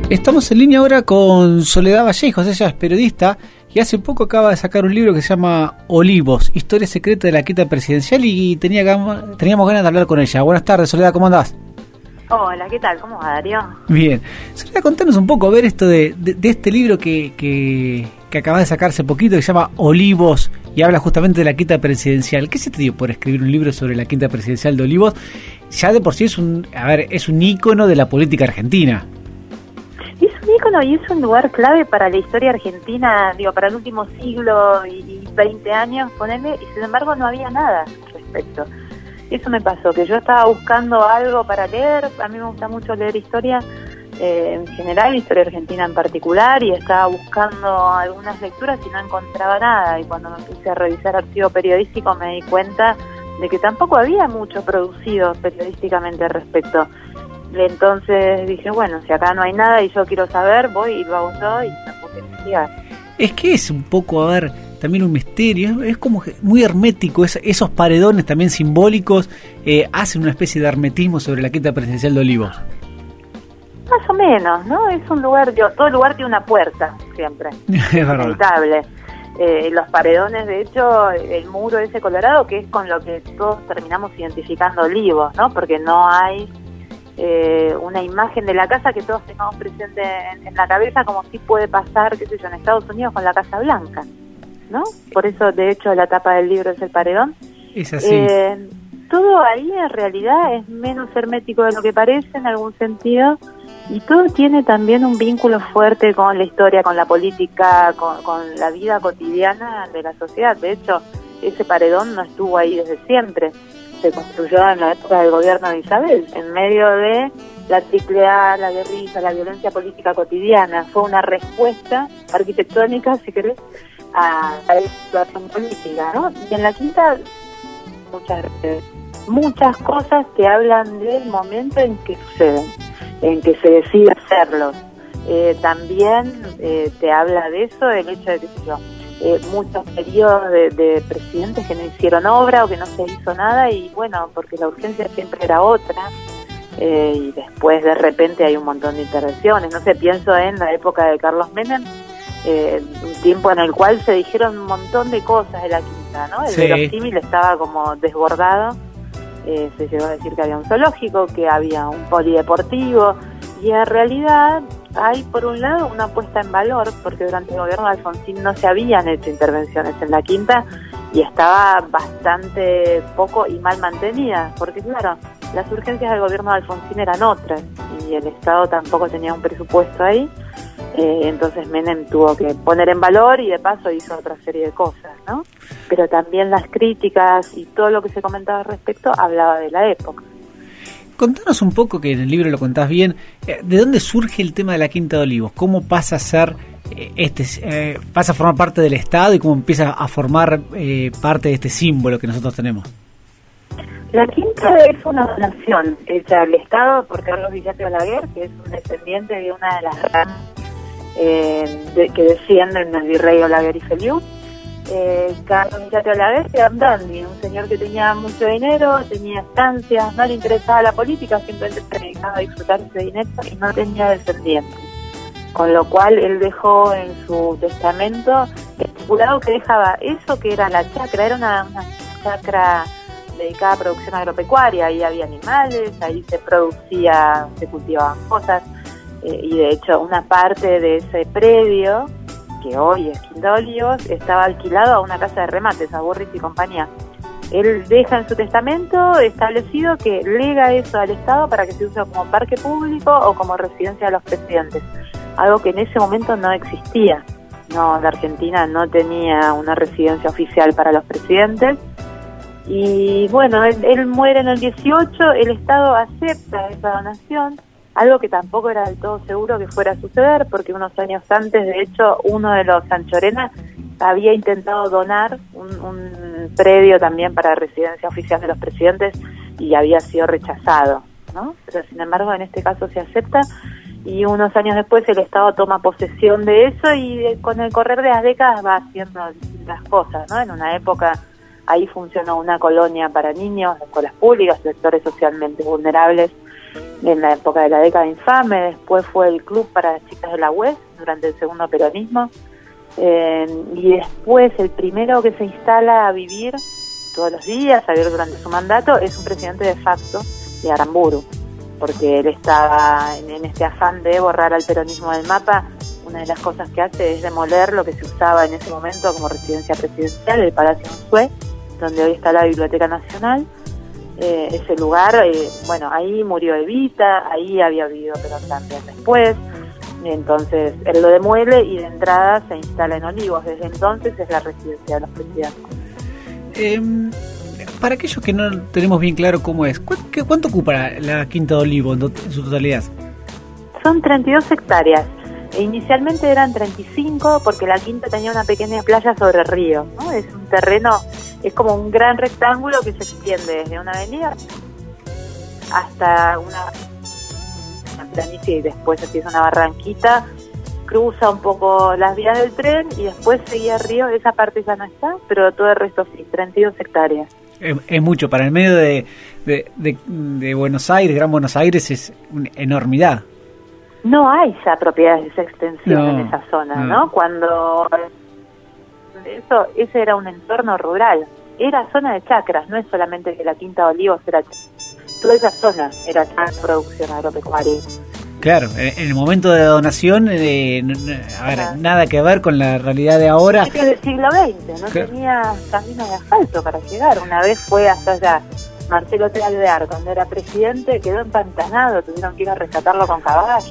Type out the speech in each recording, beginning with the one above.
Estamos en línea ahora con Soledad Vallejos, ella es periodista y hace poco acaba de sacar un libro que se llama Olivos, historia secreta de la quinta presidencial y teníamos ganas de hablar con ella. Buenas tardes, Soledad, ¿cómo andás? Hola, ¿qué tal? ¿Cómo va, Darío? Bien. Soledad, contanos un poco, a ver esto de este libro que acaba de sacar hace poquito, que se llama Olivos y habla justamente de la quinta presidencial. ¿Qué se te dio por escribir un libro sobre la quinta presidencial de Olivos? Ya de por sí es un ícono de la política argentina. Es un ícono y es un lugar clave para la historia argentina, para el último siglo y 20 años, ponele, y sin embargo no había nada al respecto. Eso me pasó, que yo estaba buscando algo para leer. A mí me gusta mucho leer historia en general, historia argentina en particular, y estaba buscando algunas lecturas y no encontraba nada, y cuando me puse a revisar archivo periodístico me di cuenta de que tampoco había mucho producido periodísticamente al respecto. Entonces dije, bueno, si acá no hay nada y yo quiero saber, voy y lo hago yo, y me puse a investigar. Es que es un poco, también un misterio, es como muy hermético, esos paredones también simbólicos hacen una especie de hermetismo sobre la quinta presidencial de Olivos. Más o menos, ¿no? Es un lugar, todo lugar tiene una puerta, siempre. Es verdad. Inevitable. Los paredones, de hecho, el muro ese colorado, que es con lo que todos terminamos identificando Olivos, ¿no? Porque no hay una imagen de la casa que todos tengamos presente en la cabeza, como sí puede pasar, qué sé yo, en Estados Unidos con la Casa Blanca, ¿no? Por eso, de hecho, la tapa del libro es el paredón. Es así. Todo ahí en realidad es menos hermético de lo que parece en algún sentido, y todo tiene también un vínculo fuerte con la historia, con la política, con la vida cotidiana de la sociedad. De hecho, ese paredón no estuvo ahí desde siempre. Se construyó en la época del gobierno de Isabel, en medio de la triple A, la guerrilla, la violencia política cotidiana. Fue una respuesta arquitectónica, si querés, a la situación política, ¿no? Y en la quinta, muchas cosas que hablan del momento en que suceden, en que se decide hacerlo. También te habla de eso, el hecho de que muchos periodos de presidentes que no hicieron obra o que no se hizo nada, y bueno, porque la urgencia siempre era otra, y después de repente hay un montón de intervenciones. No sé, pienso en la época de Carlos Menem, un tiempo en el cual se dijeron un montón de cosas de la quinta, ¿no? El verosímil estaba como desbordado. Se llegó a decir que había un zoológico, que había un polideportivo, y en realidad hay, por un lado, una puesta en valor, porque durante el gobierno de Alfonsín no se habían hecho intervenciones en la quinta y estaba bastante poco y mal mantenida, porque claro, las urgencias del gobierno de Alfonsín eran otras y el Estado tampoco tenía un presupuesto ahí. Entonces Menem tuvo que poner en valor y de paso hizo otra serie de cosas, ¿no? Pero también las críticas y todo lo que se comentaba al respecto hablaba de la época. Contanos un poco, que en el libro lo contás bien, ¿de dónde surge el tema de la Quinta de Olivos? ¿Cómo pasa a ser pasa a formar parte del Estado y cómo empieza a formar parte de este símbolo que nosotros tenemos? La Quinta es una donación hecha al Estado por Carlos Villate Olaguer, que es un descendiente de una de las ramas que descienden del virrey Olaguer y Feliú. Carlos Villate Olaguer era un dandy, un señor que tenía mucho dinero, tenía estancias, no le interesaba la política, simplemente se dedicaba a disfrutar ese dinero y no tenía descendientes. Con lo cual él dejó en su testamento estipulado que dejaba eso que era la chacra, era una chacra dedicada a producción agropecuaria, ahí había animales, ahí se cultivaban cosas, y de hecho una parte de ese predio, que hoy es Quinta de Olivos, estaba alquilado a una casa de remates, a Burris y compañía. Él deja en su testamento establecido que lega eso al Estado para que se use como parque público o como residencia de los presidentes, algo que en ese momento no existía. No, la Argentina no tenía una residencia oficial para los presidentes. Y bueno, él muere en el 18, el Estado acepta esa donación, algo que tampoco era del todo seguro que fuera a suceder, porque unos años antes, de hecho, uno de los Sanchorena había intentado donar un predio también para residencia oficial de los presidentes y había sido rechazado, ¿no? Pero sin embargo, en este caso se acepta, y unos años después el Estado toma posesión de eso y con el correr de las décadas va haciendo distintas cosas, ¿no? En una época ahí funcionó una colonia para niños, escuelas públicas, sectores socialmente vulnerables, en la época de la década infame. Después fue el club para las chicas de la UES durante el segundo peronismo. Y después el primero que se instala a vivir todos los días, a vivir durante su mandato, es un presidente de facto de Aramburu, porque él estaba en este afán de borrar al peronismo del mapa. Una de las cosas que hace es demoler lo que se usaba en ese momento como residencia presidencial, el Palacio Unzué, donde hoy está la Biblioteca Nacional. Ese lugar, bueno, ahí murió Evita, ahí había vivido Perón también después. Entonces él lo demuele y de entrada se instala en Olivos. Desde entonces es la residencia de los presidentes. Para aquellos que no tenemos bien claro cómo es, ¿cuánto ocupa la Quinta de Olivos en su totalidad? Son 32 hectáreas. Inicialmente eran 35 porque la quinta tenía una pequeña playa sobre el río, ¿no? Es un terreno, es como un gran rectángulo que se extiende desde una avenida hasta una planicie y después así es una barranquita, cruza un poco las vías del tren y después seguía el río. Esa parte ya no está, pero todo el resto sí, 32 hectáreas. Es mucho, para el medio de Buenos Aires, Gran Buenos Aires, es una enormidad. No hay ya propiedades de esa extensión en esa zona, ¿no? Cuando ese era un entorno rural, era zona de chacras, no es solamente que la Quinta de Olivos era toda esa zona era producción agropecuaria. Claro, en el momento de la donación, nada que ver con la realidad de ahora. Es del siglo XX, no tenía caminos de asfalto para llegar. Una vez fue hasta allá Marcelo T. Alvear, cuando era presidente, quedó empantanado, tuvieron que ir a rescatarlo con caballos.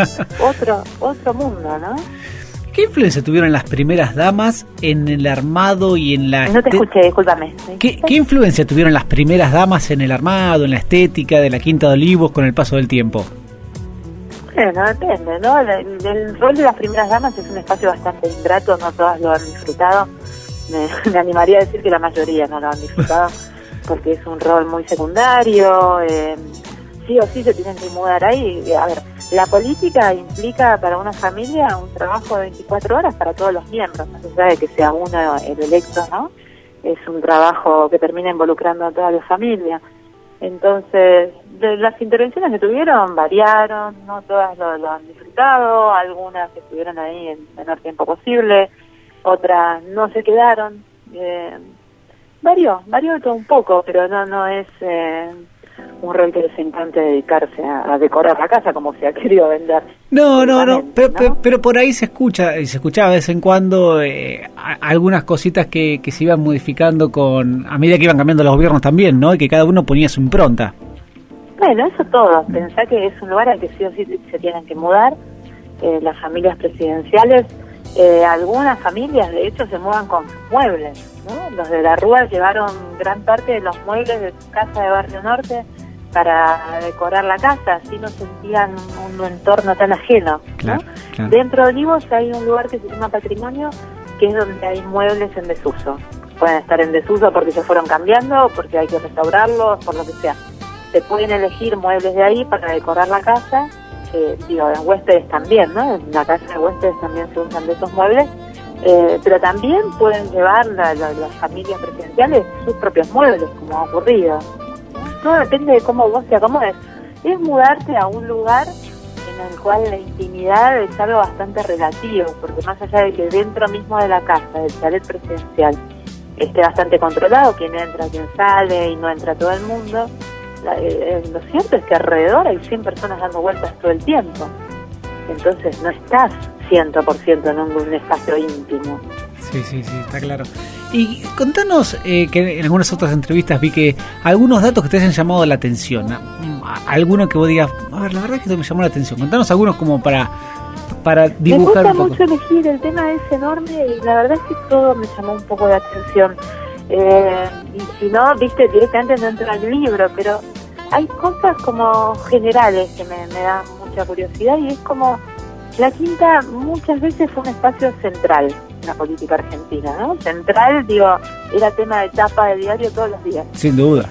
otro mundo, ¿no? ¿Qué influencia tuvieron las primeras damas en el armado y en la... No te escuché, discúlpame. ¿Qué influencia tuvieron las primeras damas en el armado, en la estética de la Quinta de Olivos con el paso del tiempo? Bueno, depende, ¿no? El rol de las primeras damas es un espacio bastante ingrato, no todas lo han disfrutado. Me animaría a decir que la mayoría no lo han disfrutado, porque es un rol muy secundario, sí o sí se tienen que mudar ahí. A ver, la política implica para una familia un trabajo de 24 horas para todos los miembros, más allá de que sea uno el electo, ¿no? Es un trabajo que termina involucrando a toda la familia. Entonces, las intervenciones que tuvieron variaron, no todas lo han disfrutado, algunas estuvieron ahí en el menor tiempo posible, otras no se quedaron. Varió de todo un poco, pero no es un rol que les encante dedicarse a decorar la casa como se ha querido vender. No, pero por ahí se escucha, y se escuchaba de vez en cuando algunas cositas que se iban modificando a medida que iban cambiando los gobiernos también, ¿no? Y que cada uno ponía su impronta. Bueno, eso todo. Pensá que es un lugar al que sí o sí se tienen que mudar. Las familias presidenciales, algunas familias de hecho se mudan con sus muebles, ¿no? Los de la Rúa llevaron gran parte de los muebles de su casa de Barrio Norte para decorar la casa, así no sentían un entorno tan ajeno, ¿no? Claro. Dentro de Olivos hay un lugar que se llama Patrimonio, que es donde hay muebles en desuso. Pueden estar en desuso porque se fueron cambiando, porque hay que restaurarlos, por lo que sea. Se pueden elegir muebles de ahí para decorar la casa. En huéspedes también, ¿no? En la casa de huéspedes también se usan de esos muebles, pero también pueden llevar las familias presidenciales sus propios muebles, como ha ocurrido. Todo depende de cómo vos te acomodes. Es mudarte a un lugar en el cual la intimidad es algo bastante relativo, porque más allá de que dentro mismo de la casa, del chalet presidencial, esté bastante controlado, quién entra, quién sale y no entra todo el mundo, lo cierto es que alrededor hay 100 personas dando vueltas todo el tiempo. Entonces no estás 100% en un espacio íntimo. Sí, está claro. Y contanos, que en algunas otras entrevistas vi que algunos datos que te hayan llamado la atención, alguno que vos digas, a ver, la verdad es que esto me llamó la atención. Contanos algunos como para dibujar me un poco. Me gusta mucho elegir, el tema es enorme y la verdad es que todo me llamó un poco de atención. Y si no, viste, directamente no entra al libro, pero hay cosas como generales que me dan mucha curiosidad, y es como la Quinta muchas veces fue un espacio central en la política argentina, ¿no? Central, era tema de tapa de diario todos los días. Sin duda.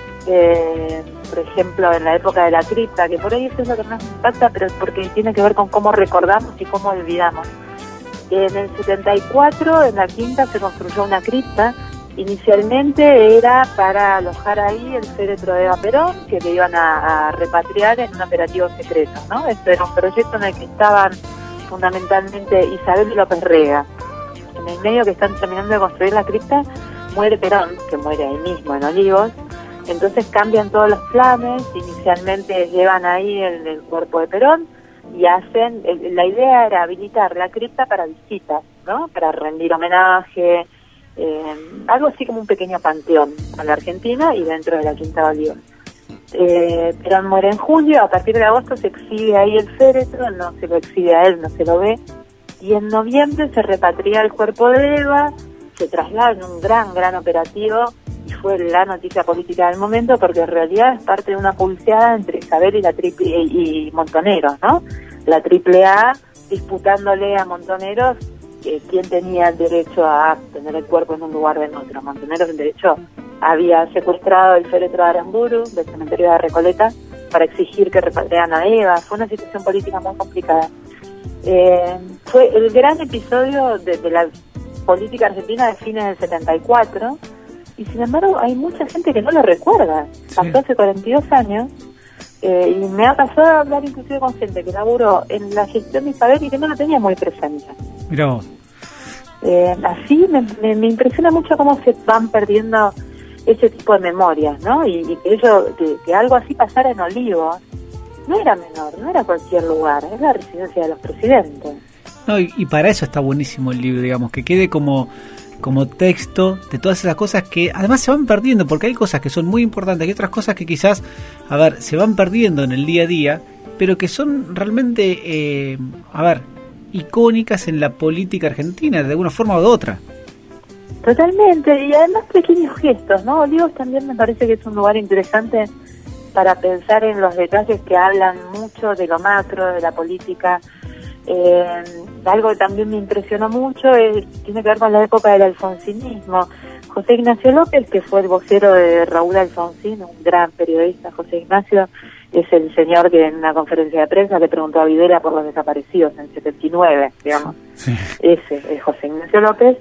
Por ejemplo, en la época de la cripta, que por ahí eso es lo que más me impacta, pero porque tiene que ver con cómo recordamos y cómo olvidamos. En el 74, en la Quinta, se construyó una cripta Inicialmente era para alojar ahí el féretro de Eva Perón, que le iban a repatriar en un operativo secreto, ¿no? Este era un proyecto en el que estaban fundamentalmente Isabel y López Rega. En el medio que están terminando de construir la cripta, muere Perón, que muere ahí mismo en Olivos. Entonces cambian todos los planes. Inicialmente llevan ahí el cuerpo de Perón y hacen, la idea era habilitar la cripta para visitas, ¿no? Para rendir homenaje, algo así como un pequeño panteón a la Argentina y dentro de la Quinta de Olivos. Perón muere en julio, a partir de agosto se exhibe ahí el féretro, no se lo exhibe a él, no se lo ve, y en noviembre se repatria el cuerpo de Eva, se traslada en un gran operativo, y fue la noticia política del momento, porque en realidad es parte de una pulseada entre Isabel y Montoneros, ¿no? La AAA disputándole a Montoneros quién tenía el derecho a tener el cuerpo en un lugar o en otro. Montoneros, de hecho, había secuestrado el féretro de Aramburu, del cementerio de Recoleta, para exigir que repatriaran a Eva. Fue una situación política muy complicada. Fue el gran episodio de la política argentina de fines del 74, y sin embargo hay mucha gente que no lo recuerda. Pasó hace 42 años, y me ha pasado a hablar inclusive con gente que laburó en la gestión de Isabel y que no lo tenía muy presente. Mirá vos. Así me impresiona mucho cómo se van perdiendo ese tipo de memorias, ¿no? Y que algo así pasara en Olivos no era menor, no era cualquier lugar, es la residencia de los presidentes. No, y para eso está buenísimo el libro, digamos, que quede como texto de todas esas cosas que además se van perdiendo, porque hay cosas que son muy importantes y otras cosas que quizás, se van perdiendo en el día a día, pero que son realmente, icónicas en la política argentina, de alguna forma o de otra. Totalmente, y además pequeños gestos, ¿no? Olivos también me parece que es un lugar interesante para pensar en los detalles que hablan mucho de lo macro, de la política. Algo que también me impresionó mucho tiene que ver con la época del alfonsinismo. José Ignacio López, que fue el vocero de Raúl Alfonsín, un gran periodista. José Ignacio es el señor que en una conferencia de prensa le preguntó a Videla por los desaparecidos en 79, digamos. Sí. Ese es José Ignacio López.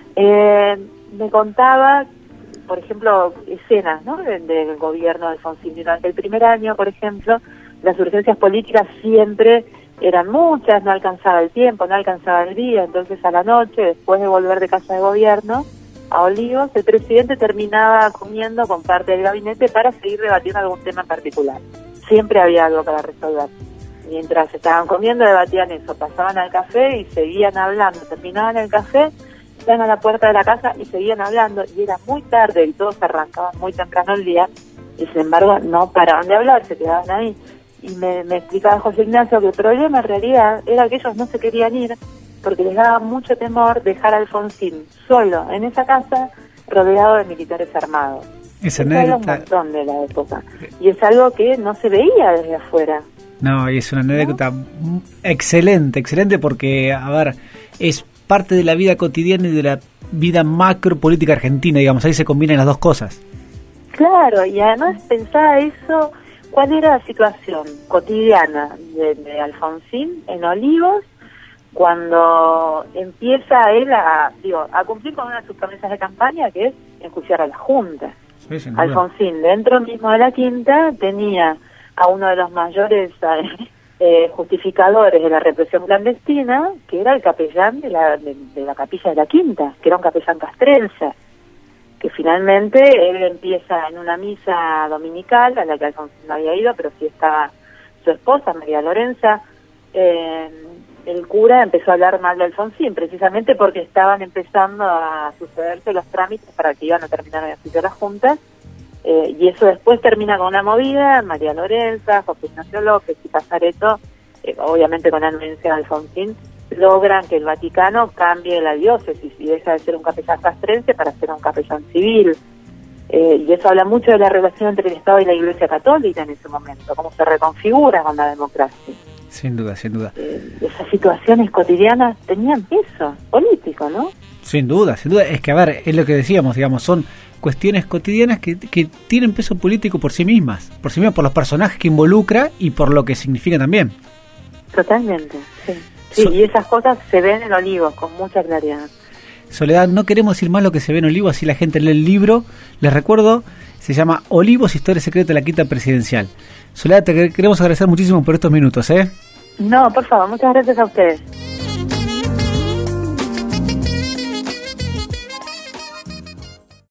Me contaba, por ejemplo, escenas, ¿no?, del gobierno de Alfonsín. Durante el primer año, por ejemplo, las urgencias políticas siempre eran muchas, no alcanzaba el tiempo, no alcanzaba el día. Entonces a la noche, después de volver de casa de gobierno a Olivos, el presidente terminaba comiendo con parte del gabinete para seguir debatiendo algún tema en particular. Siempre había algo para resolver. Mientras estaban comiendo, debatían eso, pasaban al café y seguían hablando, terminaban el café, iban a la puerta de la casa y seguían hablando, y era muy tarde y todos arrancaban muy temprano el día, y sin embargo no paraban de hablar, se quedaban ahí. Y me explicaba José Ignacio que el problema en realidad era que ellos no se querían ir porque les daba mucho temor dejar a Alfonsín solo en esa casa, rodeado de militares armados. Esa anécdota... un montón de la época, y es algo que no se veía desde afuera. No, y es una anécdota excelente porque, es parte de la vida cotidiana y de la vida macro política argentina, digamos, ahí se combinan las dos cosas. Claro, y además pensaba eso, ¿cuál era la situación cotidiana de Alfonsín en Olivos cuando empieza él a cumplir con una de sus promesas de campaña, que es enjuiciar a la Junta? Sí, Alfonsín, dentro mismo de la Quinta, tenía a uno de los mayores justificadores de la represión clandestina, que era el capellán de la capilla de la Quinta, que era un capellán castrense, que finalmente él empieza en una misa dominical, a la que Alfonsín no había ido, pero sí estaba su esposa, María Lorenza. El cura empezó a hablar mal de Alfonsín, precisamente porque estaban empezando a sucederse los trámites para que iban a terminar de asistir a las juntas, y eso después termina con una movida. María Lorenza, José Ignacio López y Casareto, obviamente con la anuencia de Alfonsín, logran que el Vaticano cambie la diócesis y deja de ser un capellán castrense para ser un capellán civil. Y eso habla mucho de la relación entre el Estado y la Iglesia Católica en ese momento, cómo se reconfigura con la democracia. Sin duda. Esas situaciones cotidianas tenían peso político, ¿no? Sin duda. Es que, es lo que decíamos, digamos, son cuestiones cotidianas que tienen peso político por sí mismas, por los personajes que involucra y por lo que significa también. Totalmente, sí. Sí, y esas cosas se ven en Olivos con mucha claridad. Soledad, no queremos decir más lo que se ve en Olivos, así la gente lee el libro. Les recuerdo, se llama Olivos, Historia Secreta de la Quinta Presidencial. Soledad, te queremos agradecer muchísimo por estos minutos, ¿eh? No, por favor, muchas gracias a ustedes.